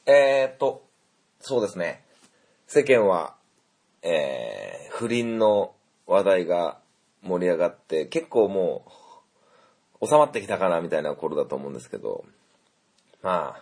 そうですね。世間は、不倫の話題が盛り上がって、結構もう、収まってきたかなみたいな頃だと思うんですけど、ま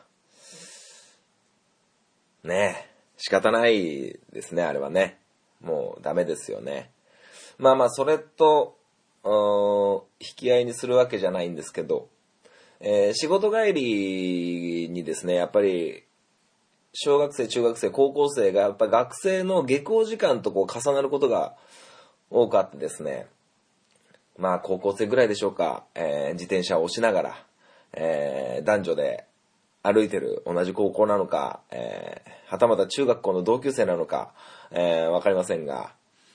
あ、ね、仕方ないですね、あれはね。もうダメですよね。まあ、それと、引き合いにするわけじゃないんですけど、仕事帰りにですね、やっぱり、小学生、中学生、高校生がやっぱ学生の下校時間と重なることが多くあってですね、高校生ぐらいでしょうか、自転車を押しながら、男女で歩いてる同じ高校なのか、はたまた中学校の同級生なのか、わかりませんが、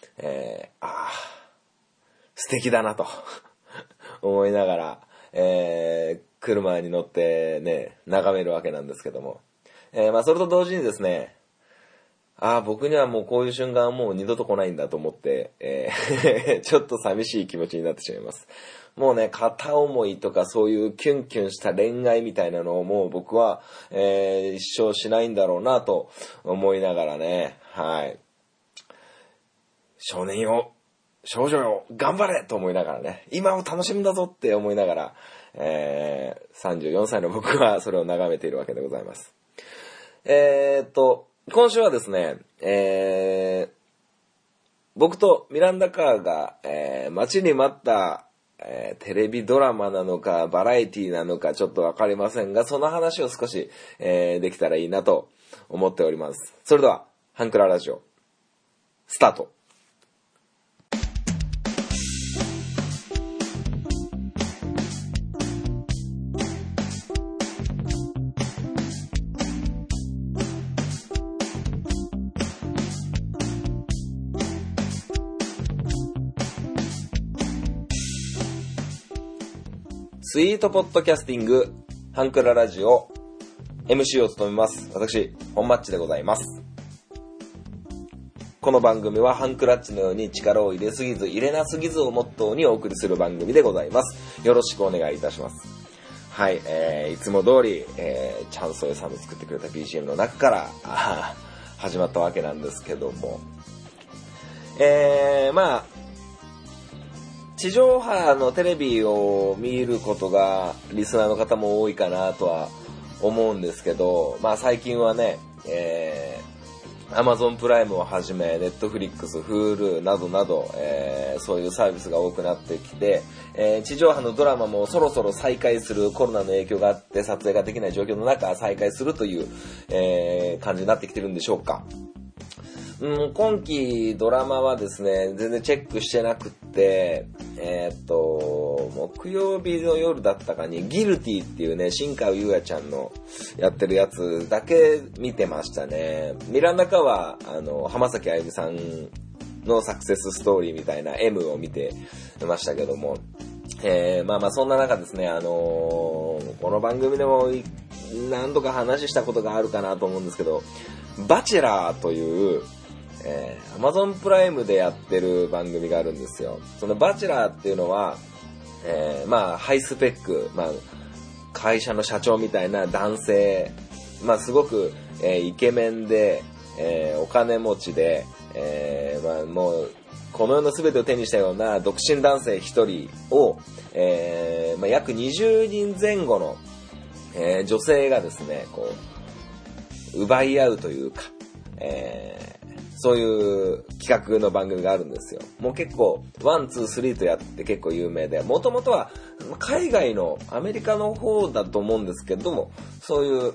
素敵だなと思いながら、車に乗ってね、眺めるわけなんですけども、それと同時にですね、僕にはもうこういう瞬間はもう二度と来ないんだと思って、ちょっと寂しい気持ちになってしまいます。もうね、片思いとかそういうキュンキュンした恋愛みたいなのをもう僕は、一生しないんだろうなと思いながらね、はい。少年よ、少女よ、頑張れと思いながらね、今を楽しむんだぞって思いながら、34歳の僕はそれを眺めているわけでございます。今週はですね、僕とミランダカーが、待ちに待った、テレビドラマなのかバラエティなのかちょっとわかりませんが、その話を少し、できたらいいなと思っております。それでは、ハンクララジオ、スタート。スイートポッドキャスティングハンクララジオ MC を務めます私本マッチでございます。この番組はハンクラッチのように力を入れすぎず入れなすぎずをモットーにお送りする番組でございます。よろしくお願いいたします。はい、いつも通り、チャンソエさんの作ってくれた BGM の中から始まったわけなんですけども、地上波のテレビを見ることがリスナーの方も多いかなとは思うんですけど、最近はね、Amazon プライムをはじめ Netflix、Hulu などなど、そういうサービスが多くなってきて、地上波のドラマもそろそろ再開する、コロナの影響があって撮影ができない状況の中再開するという、感じになってきてるんでしょうか。今期ドラマはですね、全然チェックしてなくって、木曜日の夜だったかにギルティっていうね、新川優也ちゃんのやってるやつだけ見てましたね。ミランダカは浜崎あゆみさんのサクセスストーリーみたいな M を見てましたけども、そんな中ですね、この番組でも何度か話したことがあるかなと思うんですけど、バチェラーというAmazon プライムでやってる番組があるんですよ。そのバチェラーっていうのは、ハイスペック、会社の社長みたいな男性、すごく、イケメンで、お金持ちで、もうこの世の全てを手にしたような独身男性一人を、約20人前後の、女性がですね、奪い合うというか、そういう企画の番組があるんですよ。もう結構1、2、3とやって結構有名で、もともとは海外のアメリカの方だと思うんですけども、そういう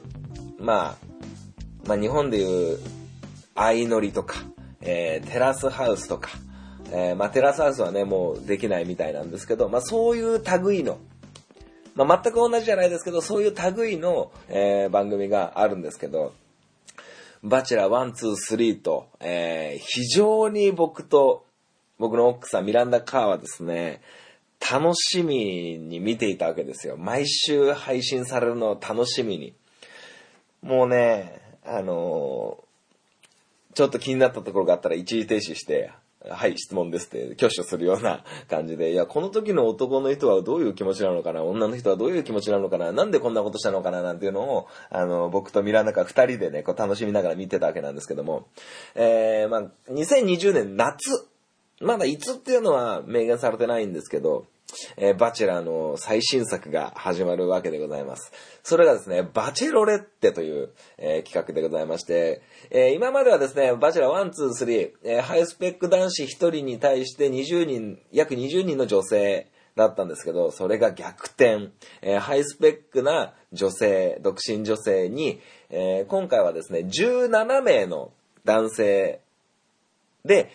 日本でいう相乗りとか、テラスハウスとか、テラスハウスはねもうできないみたいなんですけど、そういう類の、全く同じじゃないですけど、そういう類の、番組があるんですけど、バチェラー1、2、3と、非常に僕の奥さんミランダ・カーはですね、楽しみに見ていたわけですよ。毎週配信されるのを楽しみに。もうね、ちょっと気になったところがあったら一時停止して、 はい、質問ですって挙手するような感じで、いや、この時の男の人はどういう気持ちなのかな、女の人はどういう気持ちなのかな、なんでこんなことしたのかな、なんていうのを、僕とミランダが二人でね、こう楽しみながら見てたわけなんですけども、2020年夏、まだいつっていうのは明言されてないんですけど、バチェラーの最新作が始まるわけでございます。それがですね、バチェロレッテという、企画でございまして、今まではですね、バチェラー1、2、3、ハイスペック男子1人に対して約20人の女性だったんですけど、それが逆転。ハイスペックな女性、独身女性に、今回はですね、17名の男性で、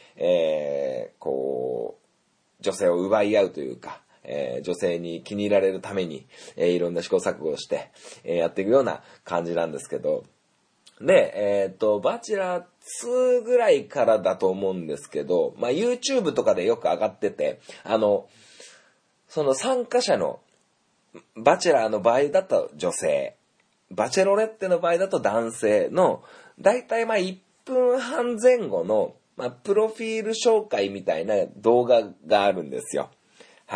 女性を奪い合うというか、女性に気に入られるために、いろんな試行錯誤をして、やっていくような感じなんですけど、で、バチェラー2ぐらいからだと思うんですけど、YouTube とかでよく上がってて、その参加者の、バチェラーの場合だと女性、バチェロレッテの場合だと男性の、だいたい1分半前後の、プロフィール紹介みたいな動画があるんですよ。はい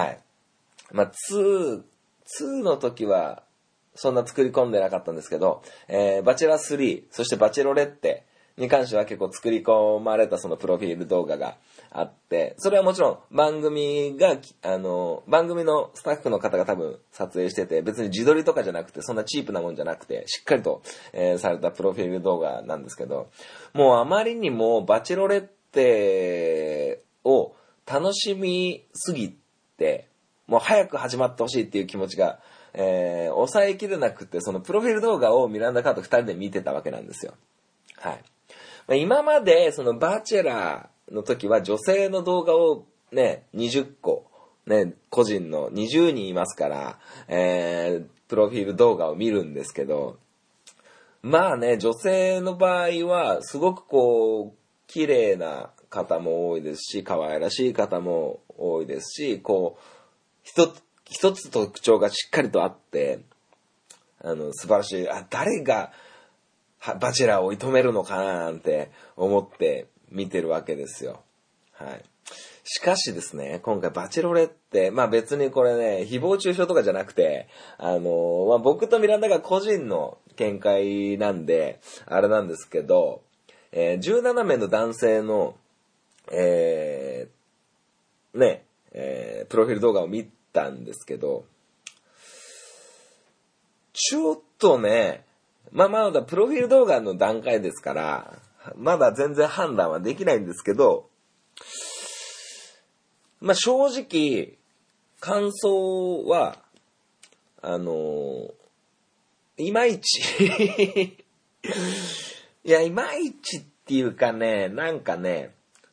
。2の時は、そんな作り込んでなかったんですけど、バチェラー3、そしてバチェロレッテに関しては結構作り込まれたそのプロフィール動画があって、それはもちろん番組のスタッフの方が多分撮影してて、別に自撮りとかじゃなくて、そんなチープなもんじゃなくて、しっかりと、されたプロフィール動画なんですけど、もうあまりにもバチェロレッテを楽しみすぎて、もう早く始まってほしいっていう気持ちが、抑えきれなくて、そのプロフィール動画をミランダカーと二人で見てたわけなんですよ。はい。今まで、そのバチェラーの時は女性の動画をね、20個、ね、個人の20人いますから、プロフィール動画を見るんですけど、女性の場合は、すごく綺麗な方も多いですし、可愛らしい方も多いですし、一つ特徴がしっかりとあって、素晴らしい、誰がバチェラーを射止めるのかななんて思って見てるわけですよ。はい。しかしですね、今回バチェロレッテ、別にこれね、誹謗中傷とかじゃなくて、僕とミランダが個人の見解なんで、あれなんですけど、17名の男性の、プロフィール動画を見たんですけど、ちょっとね、まだプロフィール動画の段階ですから、まだ全然判断はできないんですけど、正直、感想は、いまいち。いや、いまいちっていうかね、なんかね、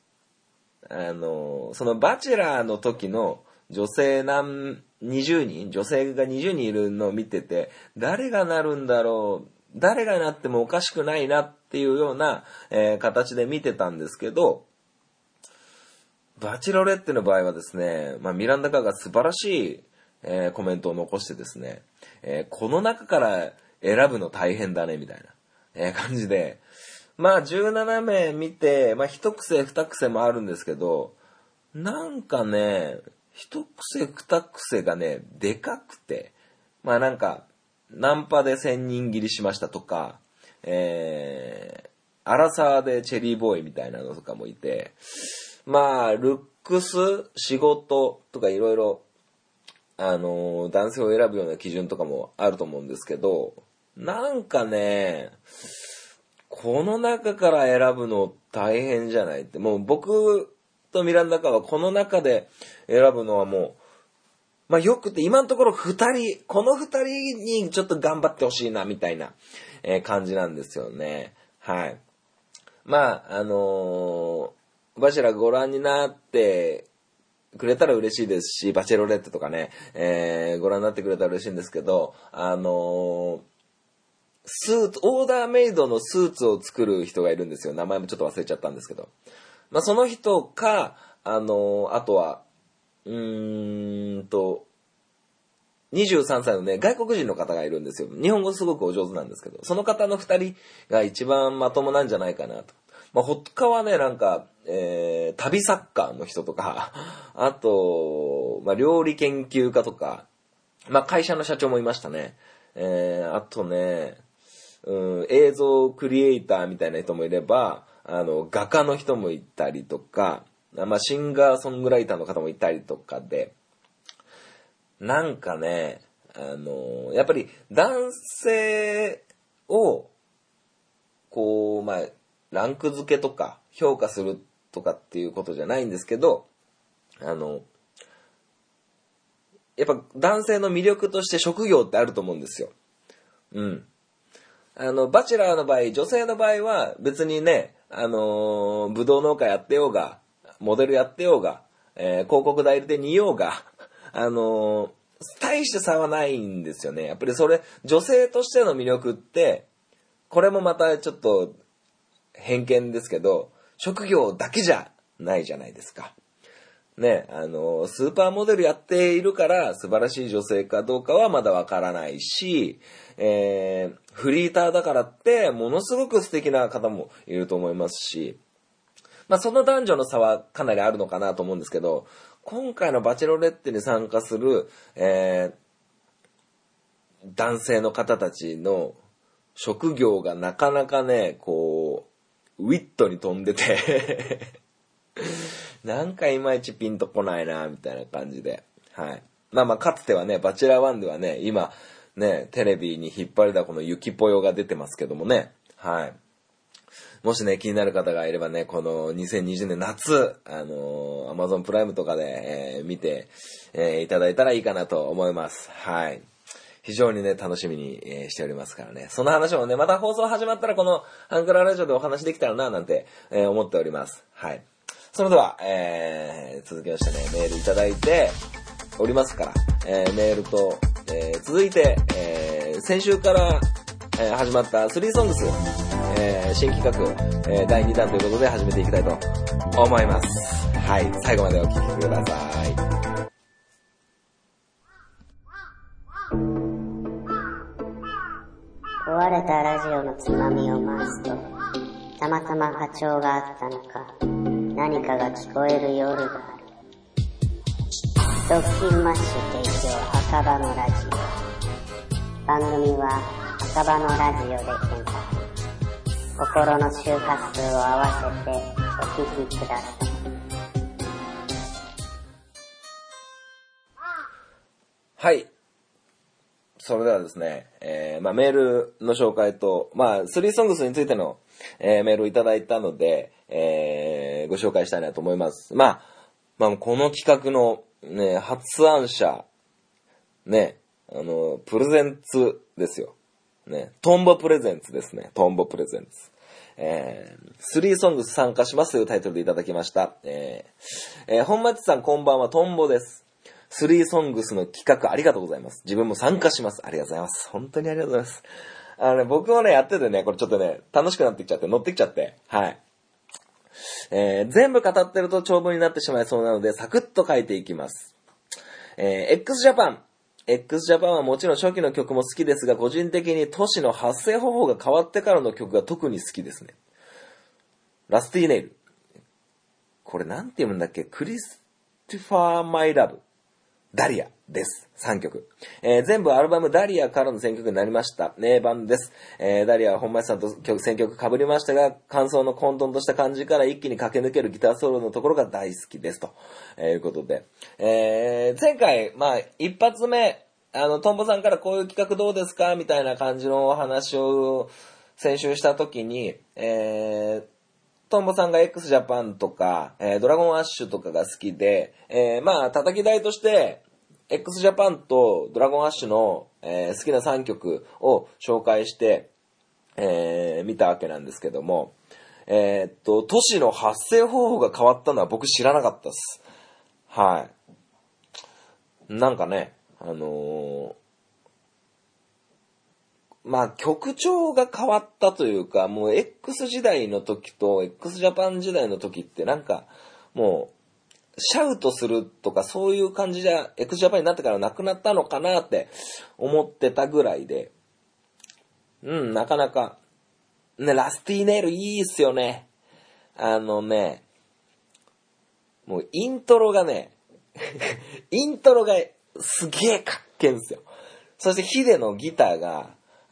そのバチェラーの時の女性20人、女性が20人いるのを見てて、誰がなるんだろう、誰がなってもおかしくないなっていうような、形で見てたんですけど、バチェロレッテの場合はですね、ミランダカーが素晴らしい、コメントを残してですね、この中から選ぶの大変だねみたいな、感じで、17名見て、一癖二癖もあるんですけど、なんかね、一癖二癖がね、でかくて、なんか、ナンパで1000人切りしましたとか、アラサーでチェリーボーイみたいなのとかもいて、ルックス、仕事とかいろいろ、男性を選ぶような基準とかもあると思うんですけど、なんかね、この中から選ぶの大変じゃないって、もう僕とミランダカはこの中で選ぶのはもう、よくて今のところこの二人にちょっと頑張ってほしいなみたいな、感じなんですよね。はい。バチェラーご覧になってくれたら嬉しいですし、バチェロレッテとかね、ご覧になってくれたら嬉しいんですけど、オーダーメイドのスーツを作る人がいるんですよ。名前もちょっと忘れちゃったんですけど。その人か、あとは、23歳のね、外国人の方がいるんですよ。日本語すごくお上手なんですけど、その方の2人が一番まともなんじゃないかなと。 他はね、なんか、旅作家の人とか、あと、料理研究家とか、会社の社長もいましたね。あとね、映像クリエイターみたいな人もいれば、画家の人もいたりとか、シンガーソングライターの方もいたりとかで、なんかね、やっぱり男性を、こう、ランク付けとか評価するとかっていうことじゃないんですけど、やっぱ男性の魅力として職業ってあると思うんですよ。うん。バチェラーの場合、女性の場合は別にね、ぶどう農家やってようが、モデルやってようが、広告代理店にいようが、大して差はないんですよね。やっぱりそれ、女性としての魅力って、これもまたちょっと偏見ですけど、職業だけじゃないじゃないですか。ね、スーパーモデルやっているから素晴らしい女性かどうかはまだわからないし、フリーターだからってものすごく素敵な方もいると思いますし、その男女の差はかなりあるのかなと思うんですけど、今回のバチェロレッテに参加する、男性の方たちの職業がなかなかね、こう、ウィットに飛んでてなんかいまいちピンとこないなみたいな感じで、はい。かつてはね、バチェラー1ではね、今ね、テレビに引っ張りだこのゆきぽよが出てますけどもね、はい。もしね、気になる方がいればね、この2020年夏、Amazon プライムとかで、見て、いただいたらいいかなと思います。はい。非常にね、楽しみに、しておりますからね。その話もね、また放送始まったらこのハンクララジオでお話できたらな、なんて、思っております。はい。それでは、続きましてね、メールいただいておりますから、メールと、続いて、先週から、始まった3ソングス、新企画、第2弾ということで始めていきたいと思います。はい、最後までお聞きください。 壊れたラジオのつまみを回すと、たまたま波長があったのか、何かが聞こえる夜がある。ドッキンマッシュ提供赤羽のラジオ。番組は赤羽のラジオで検索。心の周波数を合わせてお聞きください。 はい。それではですね、メールの紹介と、3ソングスについての、メールをいただいたので、ご紹介したいなと思います。この企画の、ね、発案者、ね、プレゼンツですよ。ね、トンボプレゼンツですね。トンボプレゼンツ。3ソングス参加しますというタイトルでいただきました。本町さんこんばんは、トンボです。3ソングスの企画ありがとうございます。自分も参加します。ありがとうございます。本当にありがとうございます。僕もね、やっててね、これちょっとね、楽しくなってきちゃって、乗ってきちゃって、はい。全部語ってると長文になってしまいそうなので、サクッと書いていきます。x ジャパンはもちろん初期の曲も好きですが、個人的に都市の発声方法が変わってからの曲が特に好きですね。ラスティーネイル。これなんて読むんだっけ？クリスティファー・マイ・ラブ。ダリアです。3曲。全部アルバムダリアからの選曲になりました。名盤です。ダリアは本町さんと選曲被りましたが、感想の混沌とした感じから一気に駆け抜けるギターソロのところが大好きです。ということで。前回、一発目、トンボさんからこういう企画どうですかみたいな感じのお話を先週したときに、トンボさんが x ジャパンとか、ドラゴンアッシュとかが好きで、叩き台として、x ジャパンとドラゴンアッシュの、好きな3曲を紹介して、見たわけなんですけども、都市の発声方法が変わったのは僕知らなかったです。はい。なんかね、曲調が変わったというか、もう X 時代の時と X ジャパン時代の時ってなんか、もう、シャウトするとかそういう感じじゃ、X ジャパンになってからなくなったのかなって思ってたぐらいで、なかなか、ね、ラスティーネイルいいっすよね。 もうイントロがね、イントロがすげえかっけんすよ。そしてヒデのギターが、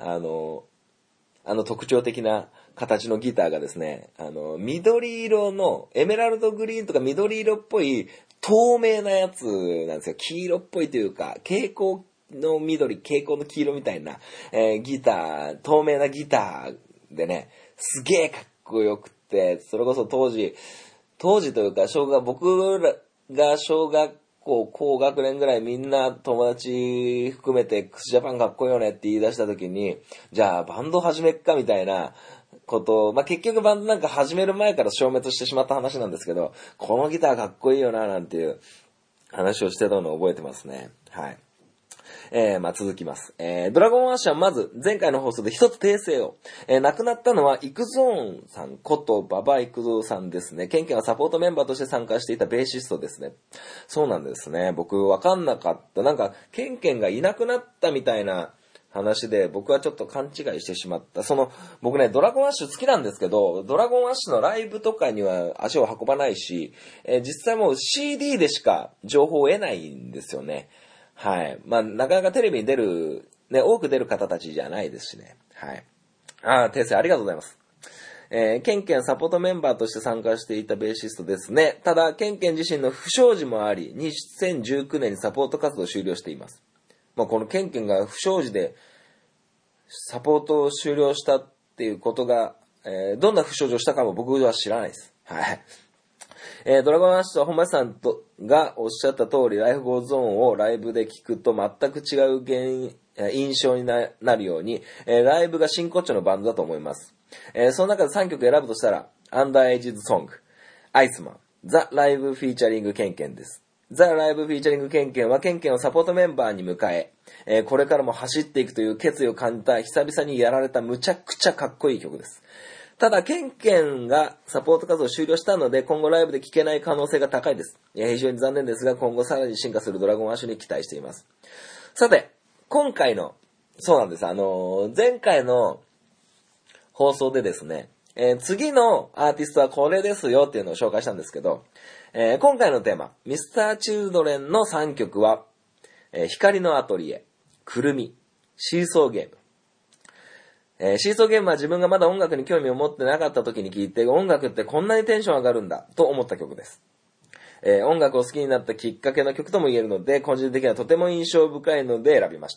特徴的な形のギターがですね、緑色の、エメラルドグリーンとか緑色っぽい透明なやつなんですよ。黄色っぽいというか、蛍光の緑、蛍光の黄色みたいな、ギター、透明なギターでね、すげえかっこよくって、それこそ当時というか、僕らが小学校高学年ぐらいみんな友達含めてクスジャパンかっこいいよねって言い出した時に、じゃあバンド始めっかみたいなことを、結局バンドなんか始める前から消滅してしまった話なんですけど、このギターかっこいいよななんていう話をしてたのを覚えてますね。はい。続きます。ドラゴンアッシュはまず前回の放送で一つ訂正を。亡くなったのはイクゾーンさんこと馬場育三さんですね。ケンケンはサポートメンバーとして参加していたベーシストですね。そうなんですね。僕わかんなかった。なんかケンケンがいなくなったみたいな話で僕はちょっと勘違いしてしまった。僕ね、ドラゴンアッシュ好きなんですけど、ドラゴンアッシュのライブとかには足を運ばないし、実際もう CD でしか情報を得ないんですよね。はい。なかなかテレビに出る、ね、多く出る方たちじゃないですしね。はい。訂正ありがとうございます。ケンケンサポートメンバーとして参加していたベーシストですね。ただ、ケンケン自身の不祥事もあり、2019年にサポート活動を終了しています。このケンケンが不祥事でサポートを終了したっていうことが、どんな不祥事をしたかも僕は知らないです。はい。ドラゴンアッシュと本町さんがおっしゃった通り、ライフゴーゾーンをライブで聞くと全く違う印象になるように、ライブが真骨頂のバンドだと思います。その中で3曲選ぶとしたら、アンダーエイジズソング、アイスマン、ザ・ライブフィーチャリングケンケンです。ザ・ライブフィーチャリングケンケンはケンケンをサポートメンバーに迎え、これからも走っていくという決意を感じた久々にやられたむちゃくちゃかっこいい曲です。ただ、ケンケンがサポート活動を終了したので、今後ライブで聴けない可能性が高いです。非常に残念ですが、今後さらに進化するドラゴンアッシュに期待しています。さて、今回の、そうなんです。前回の放送でですね、次のアーティストはこれですよっていうのを紹介したんですけど、今回のテーマ、Mr.Children の3曲は、光のアトリエ、くるみ、シーソーゲーム。シーソーゲームは自分がまだ音楽に興味を持ってなかった時に聴いて、音楽ってこんなにテンション上がるんだと思った曲です。音楽を好きになったきっかけの曲とも言えるので、個人的にはとても印象深いので選びました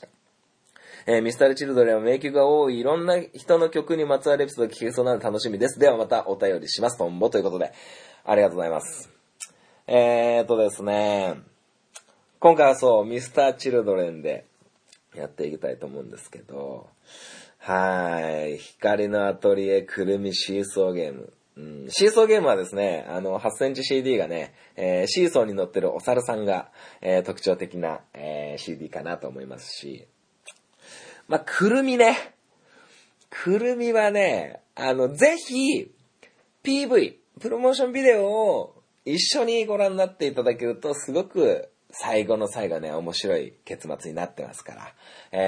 。Mr.Children は名曲が多いいろんな人の曲にまつわるエピソードが聞けそうなので楽しみです。ではまたお便りします。とんぼということで、ありがとうございます。ですね、今回はそう、Mr.Children でやっていきたいと思うんですけど、はい。光のアトリエ、くるみ、シーソーゲーム。シーソーゲームはですね、8センチ CD がね、シーソーに乗ってるお猿さんが、特徴的な、CD かなと思いますし。くるみね。くるみはね、ぜひ、PV、プロモーションビデオを一緒にご覧になっていただけると、すごく、最後の最後ね、面白い結末になってますから。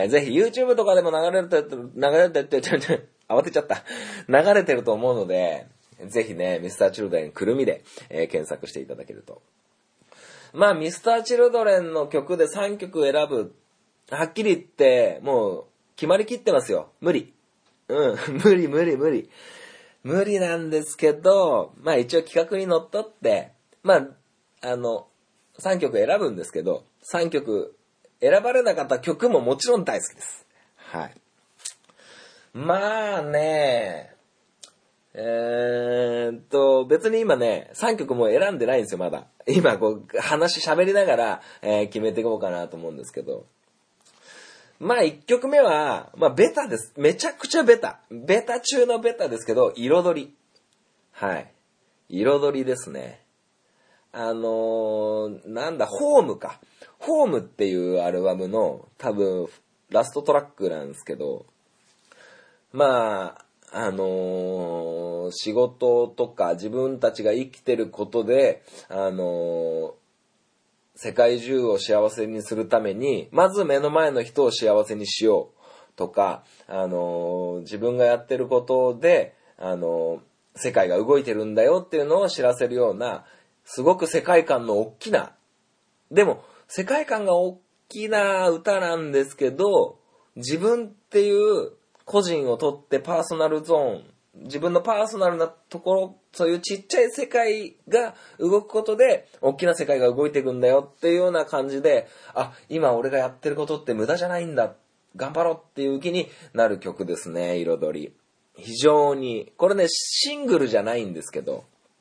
ぜひ YouTube とかでも流れて慌てちゃった。流れてると思うので、ぜひね、Mr.Children くるみで、検索していただけると。Mr.Children の曲で3曲選ぶ。はっきり言って、もう、決まりきってますよ。無理。無理。無理なんですけど、一応企画にのっとって、3曲選ぶんですけど、3曲選ばれなかった曲ももちろん大好きです。はい。別に今ね、3曲も選んでないんですよ、まだ。今、喋りながら、決めていこうかなと思うんですけど。1曲目は、ベタです。めちゃくちゃベタ。ベタ中のベタですけど、彩り。はい。彩りですね。ホームか。ホームっていうアルバムの多分ラストトラックなんですけど、仕事とか自分たちが生きてることで、世界中を幸せにするために、まず目の前の人を幸せにしようとか、自分がやってることで、 世界が動いてるんだよっていうのを知らせるような、すごく世界観の大きな、でも世界観が大きな歌なんですけど、自分っていう個人をとってパーソナルゾーン、自分のパーソナルなところ、そういうちっちゃい世界が動くことで大きな世界が動いていくんだよっていうような感じで、あ、今俺がやってることって無駄じゃないんだ、頑張ろうっていう気になる曲ですね。彩り、非常にこれね、シングルじゃないんですけど、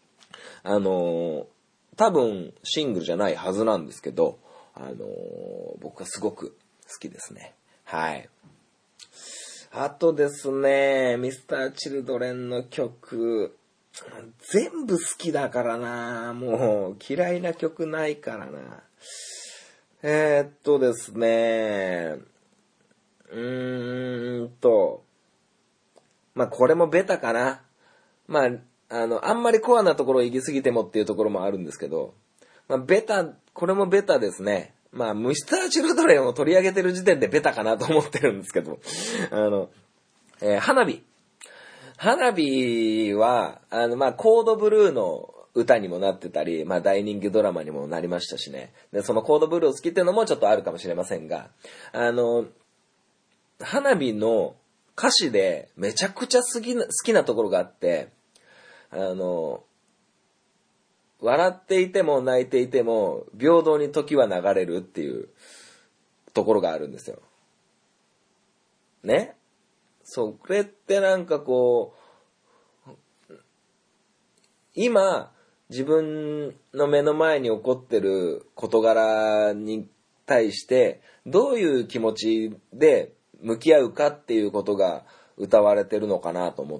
多分シングルじゃないはずなんですけど、僕はすごく好きですね。はい。あとですね、Mr.Children の曲、全部好きだからな、もう嫌いな曲ないからな。ですね、まあこれもベタかな。まあ、あんまりコアなところ行き過ぎてもっていうところもあるんですけど、まあこれもベタですね。まあ、Mr.Children を取り上げてる時点でベタかなと思ってるんですけど、花火。花火は、まあ、コードブルーの歌にもなってたり、まあ、大人気ドラマにもなりましたしね。で、そのコードブルーを好きっていうのもちょっとあるかもしれませんが、花火の歌詞でめちゃくちゃ好きなところがあって、笑っていても泣いていても平等に時は流れるっていうところがあるんですよ。ね。それってなんかこう、今自分の目の前に起こってる事柄に対してどういう気持ちで向き合うかっていうことが歌われてるのかなと思って、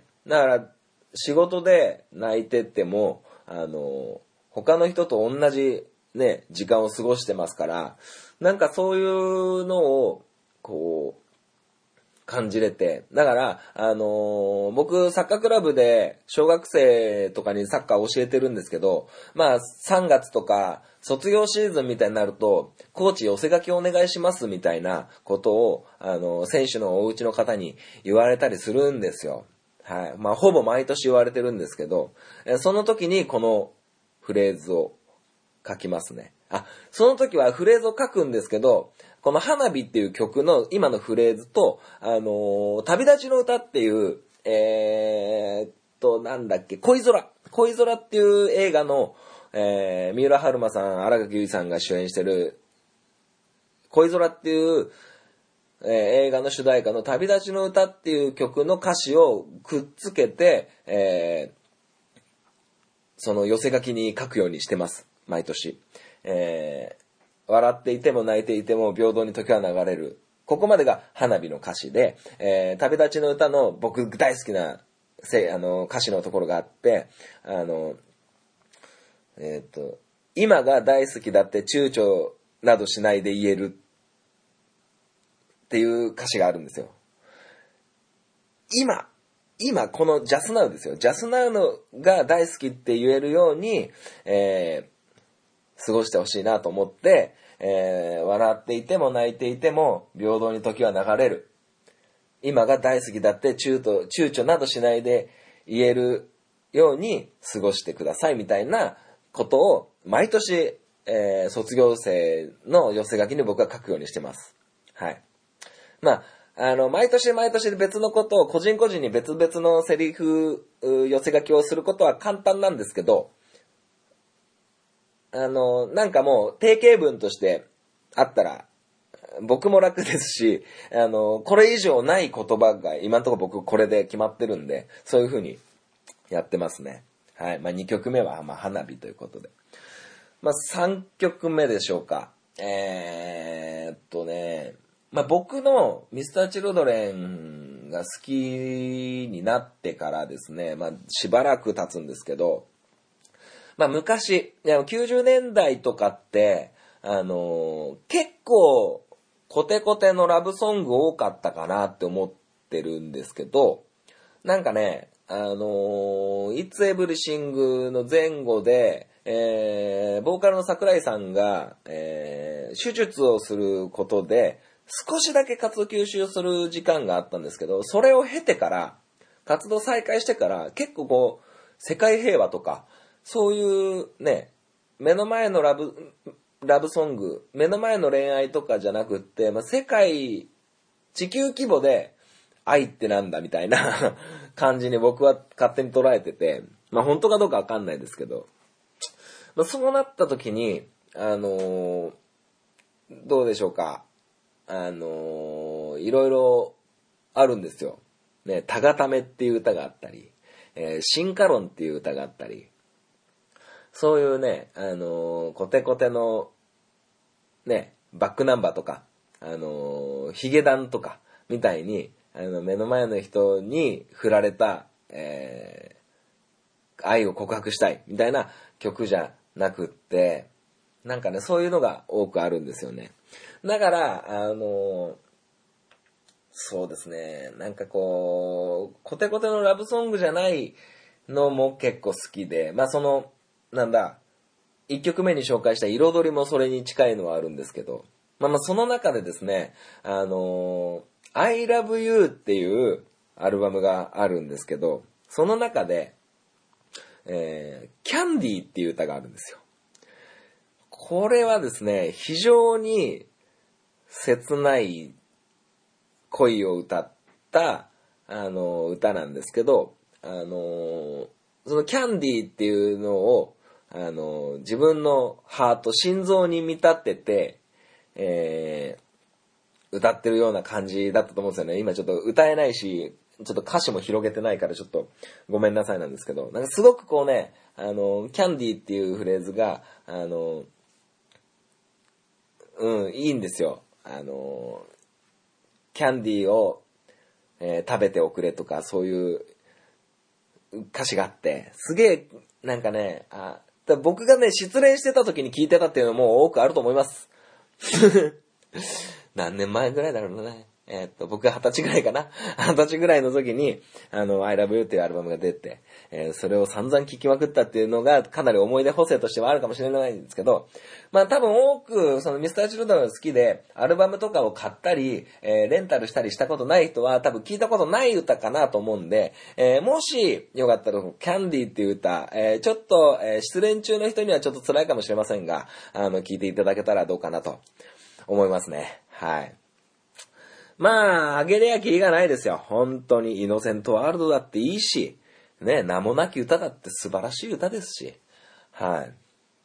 だから仕事で泣いてっても他の人と同じね、時間を過ごしてますから、なんかそういうのを、こう、感じれて。だから、僕、サッカークラブで小学生とかにサッカー教えてるんですけど、まあ、3月とか、卒業シーズンみたいになると、コーチ寄せ書きお願いしますみたいなことを、選手のお家の方に言われたりするんですよ。はい。まあ、ほぼ毎年言われてるんですけど、その時にこのフレーズを書きますね。その時はフレーズを書くんですけど、この花火っていう曲の今のフレーズと、旅立ちの歌っていう、なんだっけ、恋空っていう映画の、三浦春馬さん、新垣結衣さんが主演してる、恋空っていう、映画の主題歌の旅立ちの歌っていう曲の歌詞をくっつけて、その寄せ書きに書くようにしてます。毎年。笑っていても泣いていても平等に時は流れる。ここまでが花火の歌詞で、旅立ちの歌の僕大好きな歌詞のところがあって、今が大好きだって躊躇などしないで言えるっていう歌詞があるんですよ。今このジャスナウですよ。ジャスナウのが大好きって言えるように、過ごしてほしいなと思って、笑っていても泣いていても平等に時は流れる。今が大好きだって躊躇などしないで言えるように過ごしてくださいみたいなことを毎年、卒業生の寄せ書きに僕は書くようにしてます。はい。まあ、毎年別のことを個人個人に別々のセリフ寄せ書きをすることは簡単なんですけど、なんかもう定型文としてあったら僕も楽ですし、これ以上ない言葉が今のところ僕これで決まってるんで、そういう風にやってますね。はい。まあ2曲目はまあ花火ということで。まあ3曲目でしょうか。まあ僕のMr.Childrenが好きになってからですね、まあしばらく経つんですけど、まあ昔、90年代とかって、結構コテコテのラブソング多かったかなって思ってるんですけど、なんかね、It's Everything の前後で、ボーカルの桜井さんが、手術をすることで少しだけ活動吸収する時間があったんですけど、それを経てから活動再開してから結構こう、世界平和とか、そういうね、目の前のラブソング、目の前の恋愛とかじゃなくって、世界、地球規模で愛ってなんだみたいな感じに僕は勝手に捉えてて、本当かどうかわかんないですけど、そうなった時に、どうでしょうか。いろいろあるんですよ。ね、たがためっていう歌があったり、進化論っていう歌があったり、そういうね、コテコテの、ね、バックナンバーとか、ヒゲダンとか、みたいに、目の前の人に振られた、愛を告白したい、みたいな曲じゃなくって、なんかね、そういうのが多くあるんですよね。だから、そうですね、なんかこう、コテコテのラブソングじゃないのも結構好きで、一曲目に紹介した彩りもそれに近いのはあるんですけど、その中でですね、I Love You っていうアルバムがあるんですけど、その中で、キャンディーっていう歌があるんですよ。これはですね、非常に切ない恋を歌った、歌なんですけど、そのキャンディーっていうのを、自分のハート、心臓に見立てて、歌ってるような感じだったと思うんですよね。今ちょっと歌えないし、ちょっと歌詞も広げてないからちょっとごめんなさいなんですけど、なんかすごくこうね、キャンディーっていうフレーズが、いいんですよ。キャンディーを、食べておくれとか、そういう歌詞があって、すげえ、なんかね、僕がね、失恋してた時に聞いてたっていうのも多くあると思います。何年前ぐらいだろうね。僕が20歳ぐらいかな。20歳ぐらいの時に、I Love You っていうアルバムが出て、それを散々聴きまくったっていうのがかなり思い出補正としてはあるかもしれないんですけど、多分多く、その Mr.Children が好きで、アルバムとかを買ったり、レンタルしたりしたことない人は多分聞いたことない歌かなと思うんで、もしよかったら、キャンディーっていう歌、ちょっと、失恋中の人にはちょっと辛いかもしれませんが、聞いていただけたらどうかなと思いますね。はい。あげりゃきりがないですよ。本当にイノセントワールドだっていいし、ね、名もなき歌だって素晴らしい歌ですし、はい。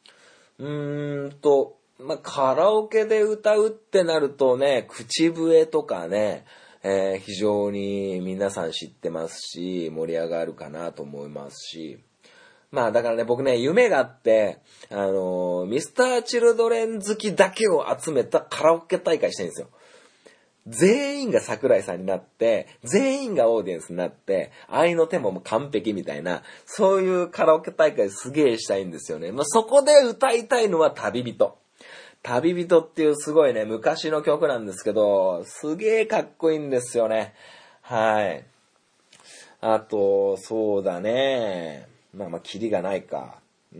カラオケで歌うってなるとね、口笛とかね、非常に皆さん知ってますし、盛り上がるかなと思いますし、だからね、僕ね、夢があって、Mr.Children 好きだけを集めたカラオケ大会したいんですよ。全員が桜井さんになって、全員がオーディエンスになって、愛の手も完璧みたいな、そういうカラオケ大会すげえしたいんですよね。そこで歌いたいのは旅人。旅人っていうすごいね、昔の曲なんですけど、すげえかっこいいんですよね。はい。あと、そうだね。キリがないか。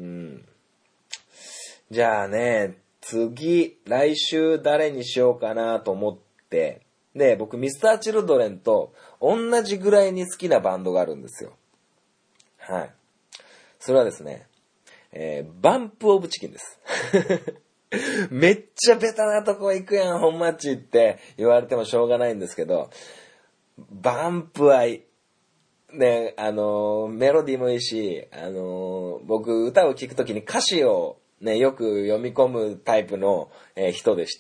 じゃあね、来週誰にしようかなと思って、で、僕、Mr.Children と同じぐらいに好きなバンドがあるんですよ。はい。それはですね、バンプオブチキンです。めっちゃベタなとこ行くやん、本マッチって言われてもしょうがないんですけど、バンプ愛。ね、メロディーもいいし、僕、歌を聴くときに歌詞をね、よく読み込むタイプの、人でして、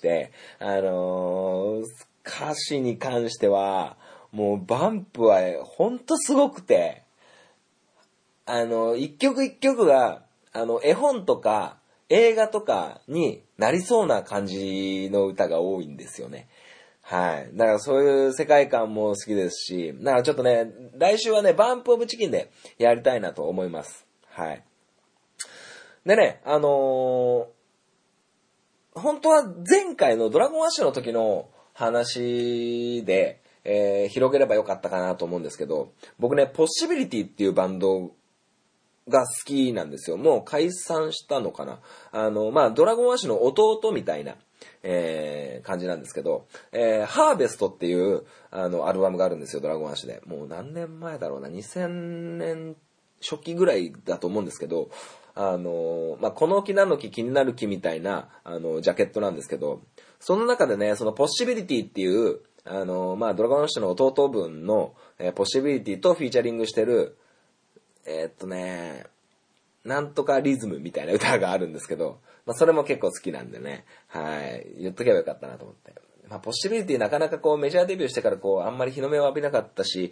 歌詞に関しては、もうバンプはほんとすごくて、一曲一曲が、絵本とか映画とかになりそうな感じの歌が多いんですよね。はい。だからそういう世界観も好きですし、だからちょっとね、来週はね、バンプオブチキンでやりたいなと思います。はい。でね、本当は前回のドラゴンアッシュの時の話で、広げればよかったかなと思うんですけど、僕ね、ポッシビリティっていうバンドが好きなんですよ。もう解散したのかな。ドラゴンアッシュの弟みたいな、 感じなんですけど、ハーベストっていうアルバムがあるんですよ、ドラゴンアッシュで。もう何年前だろうな、2000年初期ぐらいだと思うんですけど、この木なの木気になる木みたいなジャケットなんですけど、その中でね、そのポッシビリティっていうドラゴンアッシュの弟分の、ポッシビリティとフィーチャリングしてるなんとかリズムみたいな歌があるんですけど、それも結構好きなんでね、はい、言っとけばよかったなと思って。ポッシビリティなかなかこうメジャーデビューしてからこうあんまり日の目を浴びなかったし、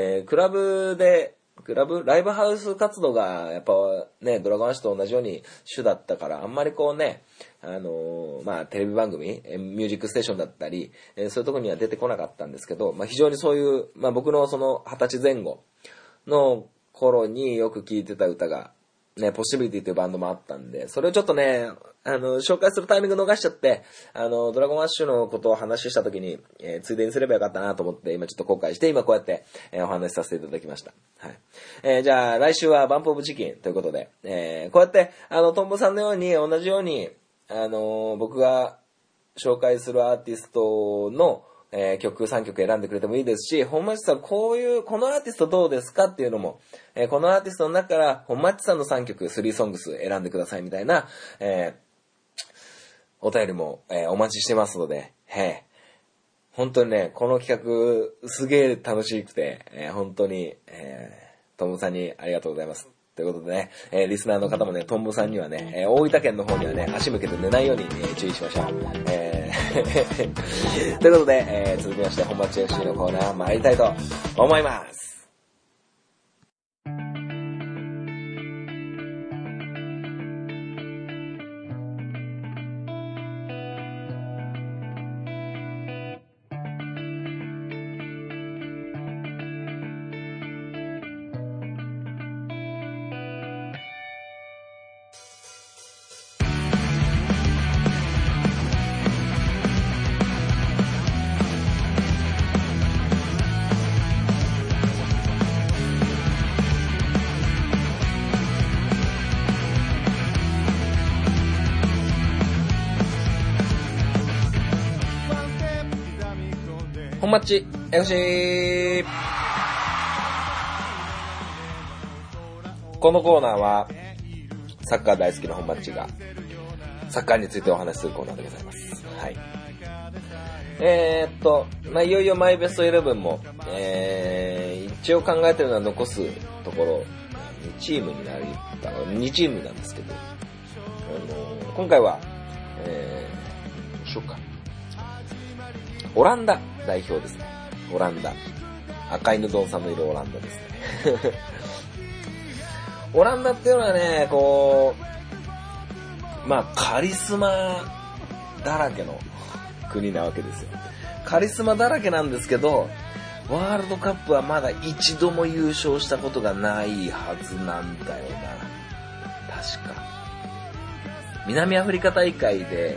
ライブハウス活動がやっぱね、ドラゴンアッシュと同じように主だったから、あんまりこうね、テレビ番組、ミュージックステーションだったり、そういうところには出てこなかったんですけど、非常にそういう、僕のその20歳前後の頃によく聴いてた歌が、ね、ポッシビリティというバンドもあったんで、それをちょっとね、紹介するタイミング逃しちゃって、ドラゴンアッシュのことを話した時に、ついでにすればよかったなと思って、今ちょっと後悔して、今こうやって、お話しさせていただきました。はい。じゃあ、来週はバンプオブチキンということで、こうやって、トンボさんのように、同じように、僕が紹介するアーティストの、曲3曲選んでくれてもいいですし、本町さんこのアーティストどうですかっていうのも、このアーティストの中から本町さんの3曲3ソングス選んでくださいみたいな、お便りも、お待ちしてますので、本当にね、この企画すげー楽しくて、本当に、トンボさんにありがとうございます。ということでね、リスナーの方もね、トンボさんにはね、大分県の方にはね、足向けて寝ないように、注意しましょう。ということで、続きまして、本町 FC のコーナー参りたいと思います。本町 FC。 このコーナーはサッカー大好きな本町がサッカーについてお話しするコーナーでございます。はい。いよいよマイベスト11も、一応考えてるのは残すところ2チームになった2チームなんですけど、今回はどうしようか、オランダ代表ですね。オランダ。赤犬丼さんのいるオランダですね。オランダっていうのはね、こう、カリスマだらけの国なわけですよ。カリスマだらけなんですけど、ワールドカップはまだ一度も優勝したことがないはずなんだよな。確か。南アフリカ大会で、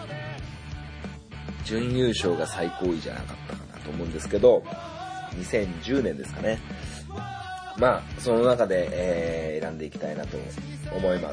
準優勝が最高位じゃなかったかなと思うんですけど、2010年ですかね。その中で、選んでいきたいなと思います。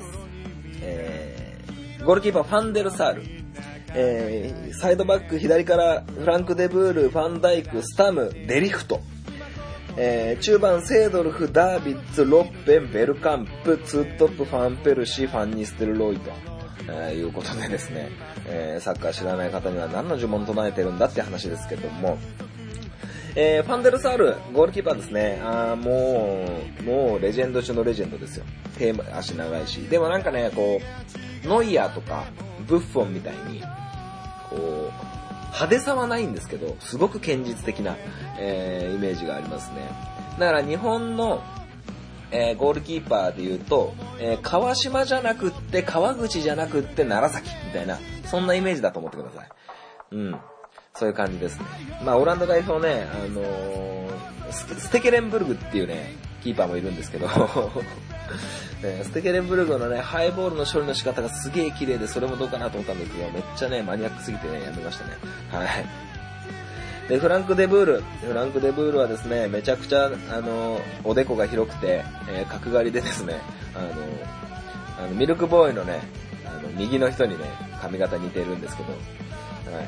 ゴールキーパーファンデルサール、サイドバック左からフランク・デブール、ファンダイク、スタム、デリフト、中盤セードルフ、ダービッツ、ロッペン、ベルカンプ、ツートップ、ファンペルシー、ファンニステルロイと。いうことでですね、サッカー知らない方には何の呪文唱えてるんだって話ですけども、ファンデルサール、ゴールキーパーですね。もうレジェンド中のレジェンドですよ。足長いし。でもなんかね、こう、ノイヤーとか、ブッフォンみたいに、こう、派手さはないんですけど、すごく堅実的な、イメージがありますね。だから日本の、ゴールキーパーで言うと、川島じゃなくって、川口じゃなくって、楢崎みたいな、そんなイメージだと思ってください。そういう感じですね。オランダ代表ね、ステケレンブルグっていうね、キーパーもいるんですけど、ステケレンブルグのね、ハイボールの処理の仕方がすげえ綺麗で、それもどうかなと思ったんですけど、めっちゃね、マニアックすぎてね、やめましたね。はい。で、フランク・デブールはですね、めちゃくちゃ、おでこが広くて、角刈りでですね、ミルクボーイのね、 右の人にね、髪型似てるんですけど、はい、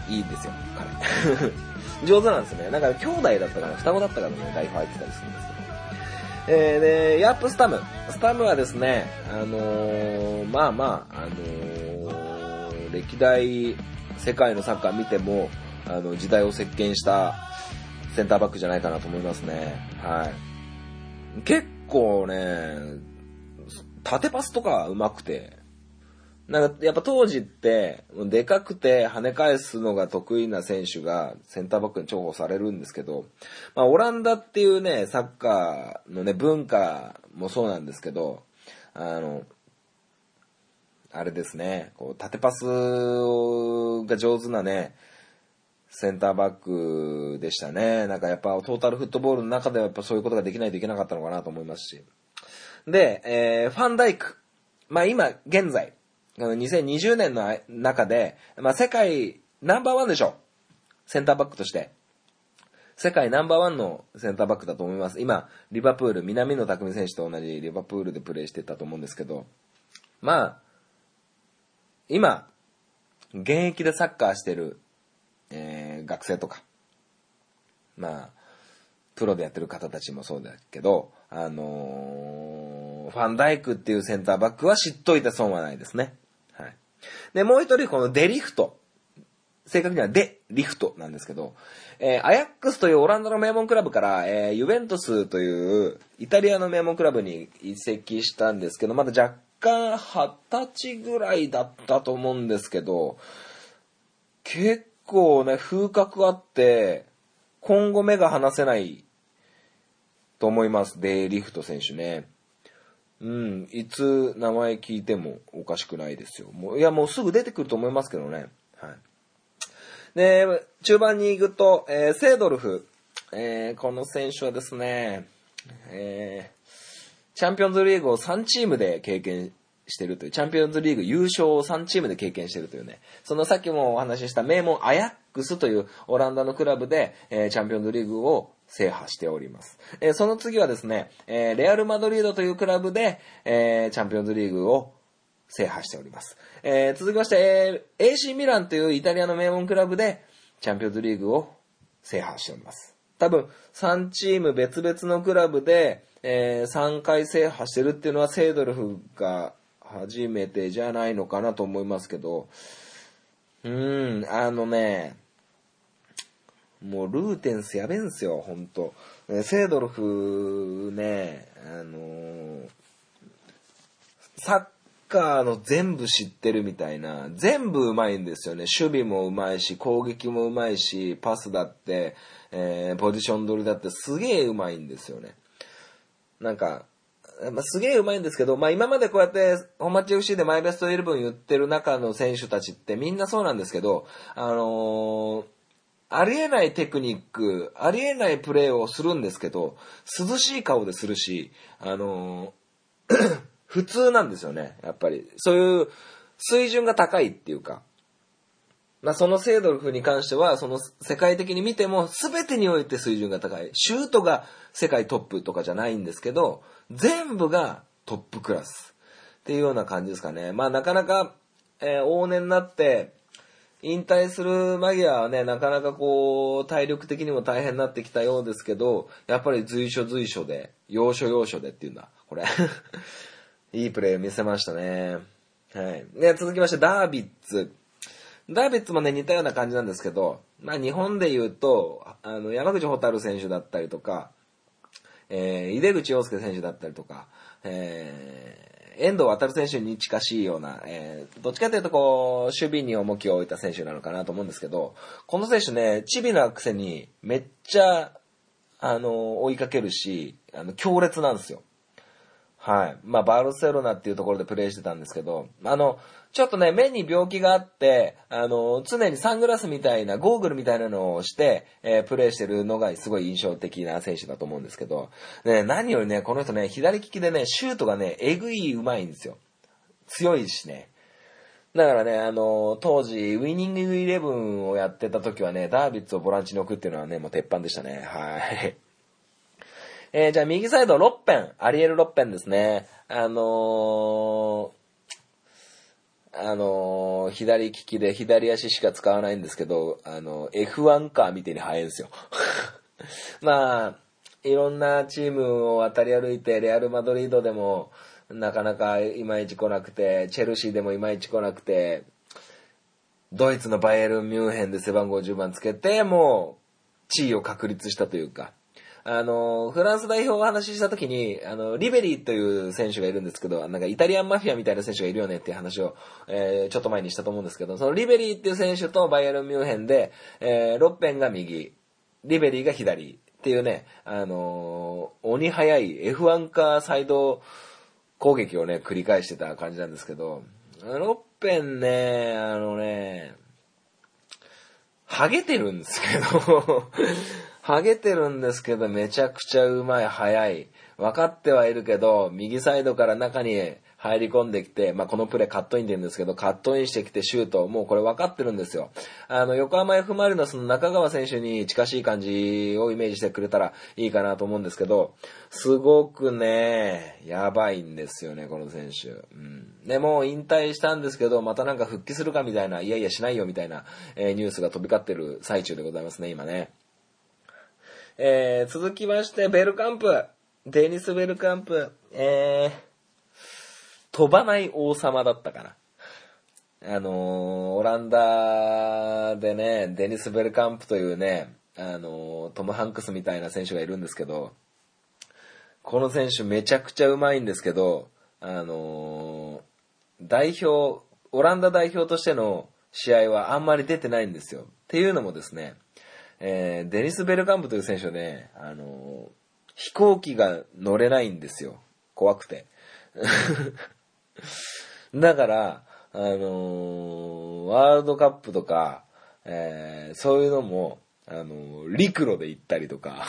いいんですよ、彼。上手なんですね。なんか兄弟だったかな、双子だったからね、ライフ入ってたりするんですけど。で、ヤープスタム。スタムはですね、歴代世界のサッカー見ても、時代を席巻したセンターバックじゃないかなと思いますね。はい。結構ね、縦パスとか上手くて、なんかやっぱ当時ってでかくて跳ね返すのが得意な選手がセンターバックに重宝されるんですけど、まあオランダっていうね、サッカーのね、文化もそうなんですけど、あれですね、こう縦パスが上手なね、センターバックでしたね。なんかやっぱトータルフットボールの中ではやっぱそういうことができないといけなかったのかなと思いますし。で、ファンダイク。まあ今、現在、2020年の中で、まあ世界ナンバーワンでしょ。センターバックとして。世界ナンバーワンのセンターバックだと思います。今、リバプール、南野拓実選手と同じリバプールでプレーしてたと思うんですけど、まあ、今、現役でサッカーしてる、学生とか、まあ、プロでやってる方たちもそうだけど、ファンダイクっていうセンターバックは知っといて損はないですね。はい。で、もう一人このデリフト。正確にはデリフトなんですけど、アヤックスというオランダの名門クラブから、ユベントスというイタリアの名門クラブに移籍したんですけど、まだ若干20歳ぐらいだったと思うんですけど、結構ね、風格あって、今後目が離せないと思います、デリフト選手ね。うん、いつ名前聞いてもおかしくないですよ。もうすぐ出てくると思いますけどね。はい。で、中盤に行くと、セードルフ。この選手はですね、チャンピオンズリーグを3チームで経験してるという、チャンピオンズリーグ優勝を3チームで経験してるというね、そのさっきもお話しした名門アヤックスというオランダのクラブで、チャンピオンズリーグを制覇しております。その次はですね、レアル・マドリードというクラブで、チャンピオンズリーグを制覇しております。続きまして、AC ミランというイタリアの名門クラブでチャンピオンズリーグを制覇しております。多分3チーム別々のクラブで、3回制覇してるっていうのはセードルフが初めてじゃないのかなと思いますけど、もうルーテンスやべえんすよ、ほんと。セードルフね、サッカーの全部知ってるみたいな、全部うまいんですよね。守備もうまいし、攻撃もうまいし、パスだって、ポジション取りだってすげえうまいんですよね。なんか、すげえうまいんですけど、今までこうやって本町 FC でマイベスト11言ってる中の選手たちってみんなそうなんですけど、ありえないテクニック、ありえないプレーをするんですけど、涼しい顔でするし、普通なんですよね、やっぱり。そういう水準が高いっていうか。そのセードルフに関しては、その世界的に見ても全てにおいて水準が高い。シュートが世界トップとかじゃないんですけど、全部がトップクラスっていうような感じですかね。なかなか、往年になって引退する間際はね、なかなかこう体力的にも大変になってきたようですけど、やっぱり随所随所で、要所要所でっていうんだ、これ。いいプレー見せましたね。はい。で、続きましてダービッツ。ダービッツもね、似たような感じなんですけど、日本で言うと、山口蛍選手だったりとか、井出口洋介選手だったりとか、遠藤航選手に近しいような、どっちかというとこう、守備に重きを置いた選手なのかなと思うんですけど、この選手ね、チビなくせにめっちゃ、追いかけるし、強烈なんですよ。はい。バルセロナっていうところでプレーしてたんですけど、ちょっとね、目に病気があって、常にサングラスみたいな、ゴーグルみたいなのをして、プレーしてるのがすごい印象的な選手だと思うんですけど、ね、何よりね、この人ね、左利きでね、シュートがね、えぐい上手いんですよ。強いしね。だからね、当時、ウィニングイレブンをやってた時はね、ダービッツをボランチに置くっていうのはね、もう鉄板でしたね。はい。じゃあ右サイドロッペン、アリエル・ロッペンですね。 左利きで左足しか使わないんですけど、F1 カーみたいに速いんですよ。まあ、いろんなチームを渡り歩いて、レアル・マドリードでもなかなかいまいち来なくて、チェルシーでもいまいち来なくて、ドイツのバイエルン・ミュンヘンで背番号10番つけて、もう地位を確立したというか、フランス代表をお話ししたときに、リベリーという選手がいるんですけど、なんかイタリアンマフィアみたいな選手がいるよねっていう話を、ちょっと前にしたと思うんですけど、そのリベリーっていう選手とバイエルン・ミュンヘンで、ロッペンが右、リベリーが左っていうね、鬼速い F1 カーサイド攻撃をね、繰り返してた感じなんですけど、ロッペンね、ハゲてるんですけど、ハゲてるんですけど、めちゃくちゃうまい、速い。分かってはいるけど、右サイドから中に入り込んできて、このプレーカットインで言うんですけど、カットインしてきてシュート、もうこれ分かってるんですよ。横浜 F マリノスの中川選手に近しい感じをイメージしてくれたらいいかなと思うんですけど、すごくね、やばいんですよね、この選手。で、もう引退したんですけど、またなんか復帰するかみたいな、いやいやしないよみたいな、ニュースが飛び交ってる最中でございますね、今ね。続きまして、ベルカンプ。デニス・ベルカンプ。飛ばない王様だったかな。オランダでね、デニス・ベルカンプというね、トム・ハンクスみたいな選手がいるんですけど、この選手めちゃくちゃうまいんですけど、オランダ代表としての試合はあんまり出てないんですよ。っていうのもですね、デニス・ベルカンプという選手はね、飛行機が乗れないんですよ。怖くて。だから、ワールドカップとか、そういうのも、陸路で行ったりとか、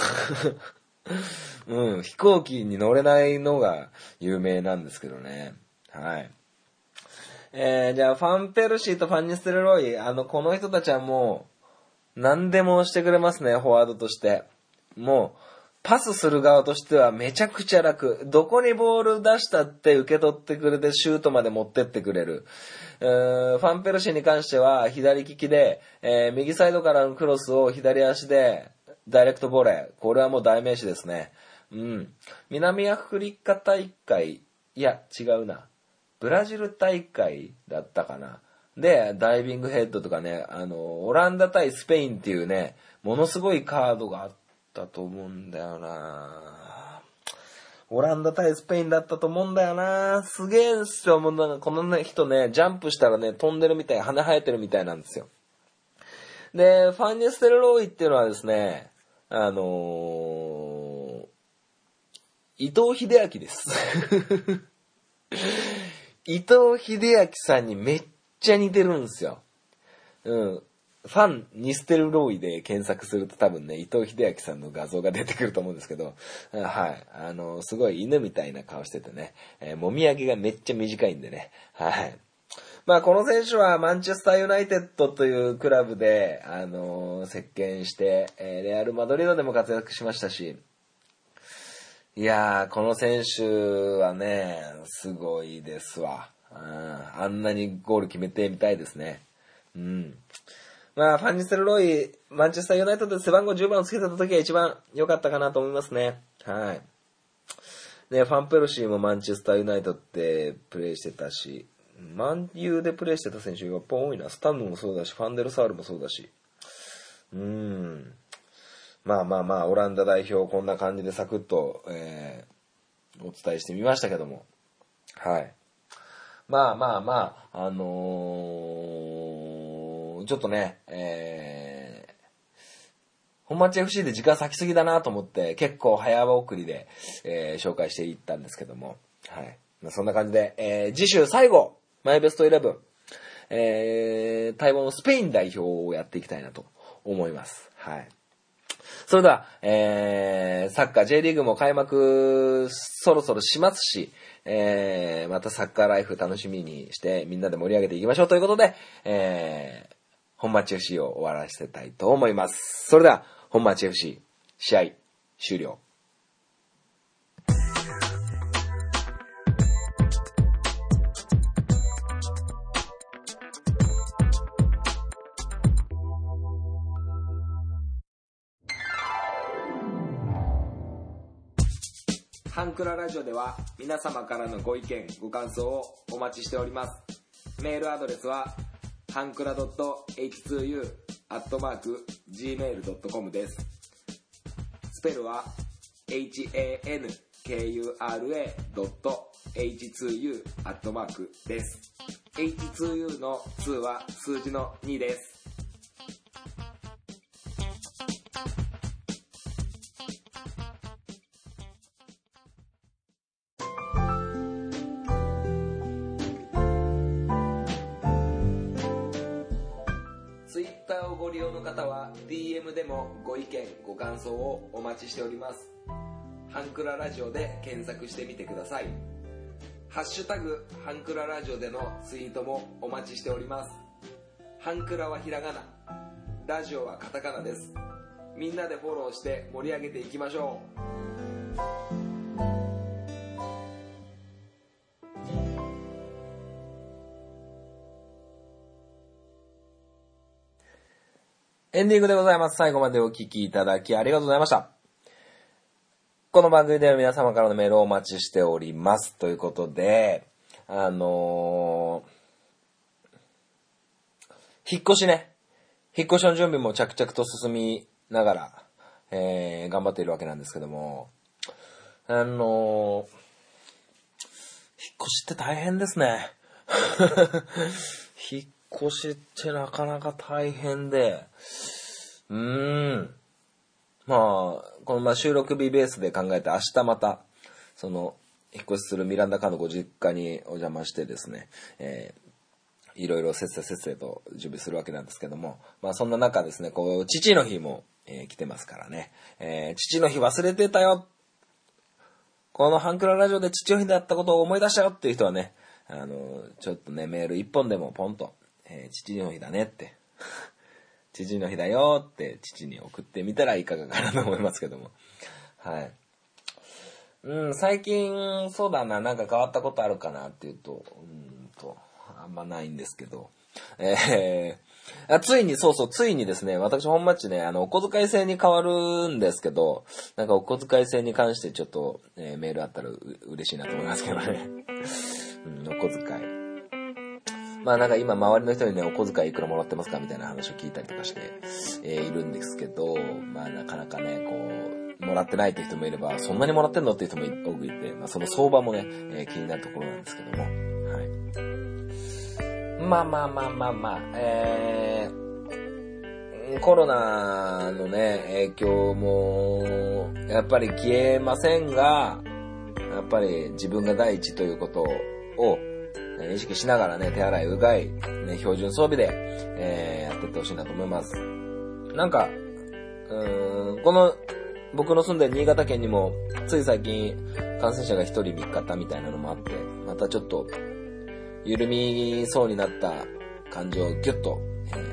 飛行機に乗れないのが有名なんですけどね。はい。じゃあ、ファンペルシーとファンニステルロイ、この人たちはもう、何でもしてくれますね、フォワードとして。もう、パスする側としてはめちゃくちゃ楽。どこにボール出したって受け取ってくれてシュートまで持ってってくれる。ファンペルシーに関しては左利きで、右サイドからのクロスを左足でダイレクトボレー。これはもう代名詞ですね。南アフリカ大会、いや違うな。ブラジル大会だったかな。で、ダイビングヘッドとかね、オランダ対スペインっていうね、ものすごいカードがあったと思うんだよな。オランダ対スペインだったと思うんだよな。すげえんすよ。もうなんかこの人ね、ジャンプしたらね、飛んでるみたい、羽生えてるみたいなんですよ。で、ファンニステルローイっていうのはですね、伊藤英明です。伊藤英明さんにめっちゃ似てるんですよ。ファンニステルローイで検索すると多分ね、伊藤英明さんの画像が出てくると思うんですけど、はい。すごい犬みたいな顔しててね、もみあげがめっちゃ短いんでね、はい。この選手はマンチェスターユナイテッドというクラブで、席巻して、レアル・マドリードでも活躍しましたし、いやー、この選手はね、すごいですわ。あんなにゴール決めてみたいですね。ファンニステルローイ、マンチェスターユナイテッドで背番号10番をつけてた時が一番良かったかなと思いますね。はい。で、ファンペルシーもマンチェスターユナイテッドでプレーしてたし、マンユーでプレーしてた選手がやっぱ多いな。スタムもそうだし、ファンデルサールもそうだし。オランダ代表こんな感じでサクッと、お伝えしてみましたけども。はい。ちょっとね、本町 FC で時間割きすぎだなと思って結構早送りで、紹介していったんですけども。はい。そんな感じで、次週最後、マイベスト11、待望のスペイン代表をやっていきたいなと思います。はい。それでは、サッカー J リーグも開幕そろそろしますし、またサッカーライフ楽しみにしてみんなで盛り上げていきましょうということで、本町 FC を終わらせたいと思います。それでは本町 FC 試合終了。 ハンクララジオでは皆様からのご意見ご感想をお待ちしております。メールアドレスはハンクラ .h2u@gmail.com です。スペルは hankura.h2u@ です。H2U の2は数字の2です。ツイッターをご利用の方は DM でもご意見ご感想をお待ちしております。ハンクララジオで検索してみてください。ハッシュタグハンクララジオでのツイートもお待ちしております。ハンクラはひらがな、ラジオはカタカナです。みんなでフォローして盛り上げていきましょう。エンディングでございます。最後までお聞きいただきありがとうございました。この番組では皆様からのメールをお待ちしております。ということで、引っ越しの準備も着々と進みながら、頑張っているわけなんですけども、引っ越しって大変ですね。引っ越しってなかなか大変で、この収録日ベースで考えて明日また、引っ越しするミランダカーのご実家にお邪魔してですね、いろいろせっせと準備するわけなんですけども、そんな中ですね、父の日も、来てますからね、父の日忘れてたよ。このハンクララジオで父の日だったことを思い出したよっていう人はね、ちょっとね、メール一本でもポンと、父の日だねって。父の日だよって父に送ってみたらいかがかなと思いますけども。はい。最近、そうだな、なんか変わったことあるかなっていうと、あんまないんですけど。ついにですね、私本マッチね、お小遣い制に変わるんですけど、なんかお小遣い制に関してちょっと、メールあったら嬉しいなと思いますけどね。お小遣い。なんか今周りの人にね、お小遣いいくらもらってますかみたいな話を聞いたりとかして、いるんですけど、なかなかね、もらってないって人もいれば、そんなにもらってんのっていう人も多くいて、その相場もね、気になるところなんですけども、はい。コロナのね、影響も、やっぱり消えませんが、やっぱり自分が第一ということを、意識しながらね、手洗いうがい、ね、標準装備で、やっていってほしいなと思います。なんか、僕の住んでる新潟県にも、つい最近、感染者が1人見っかったみたいなのもあって、またちょっと、緩みそうになった感情をギュッと、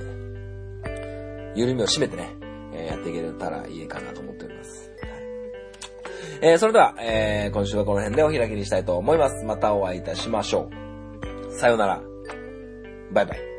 緩みを締めてね、やっていけたらいいかなと思っております。はい。それでは、今週はこの辺でお開きにしたいと思います。またお会いいたしましょう。さようなら。バイバイ。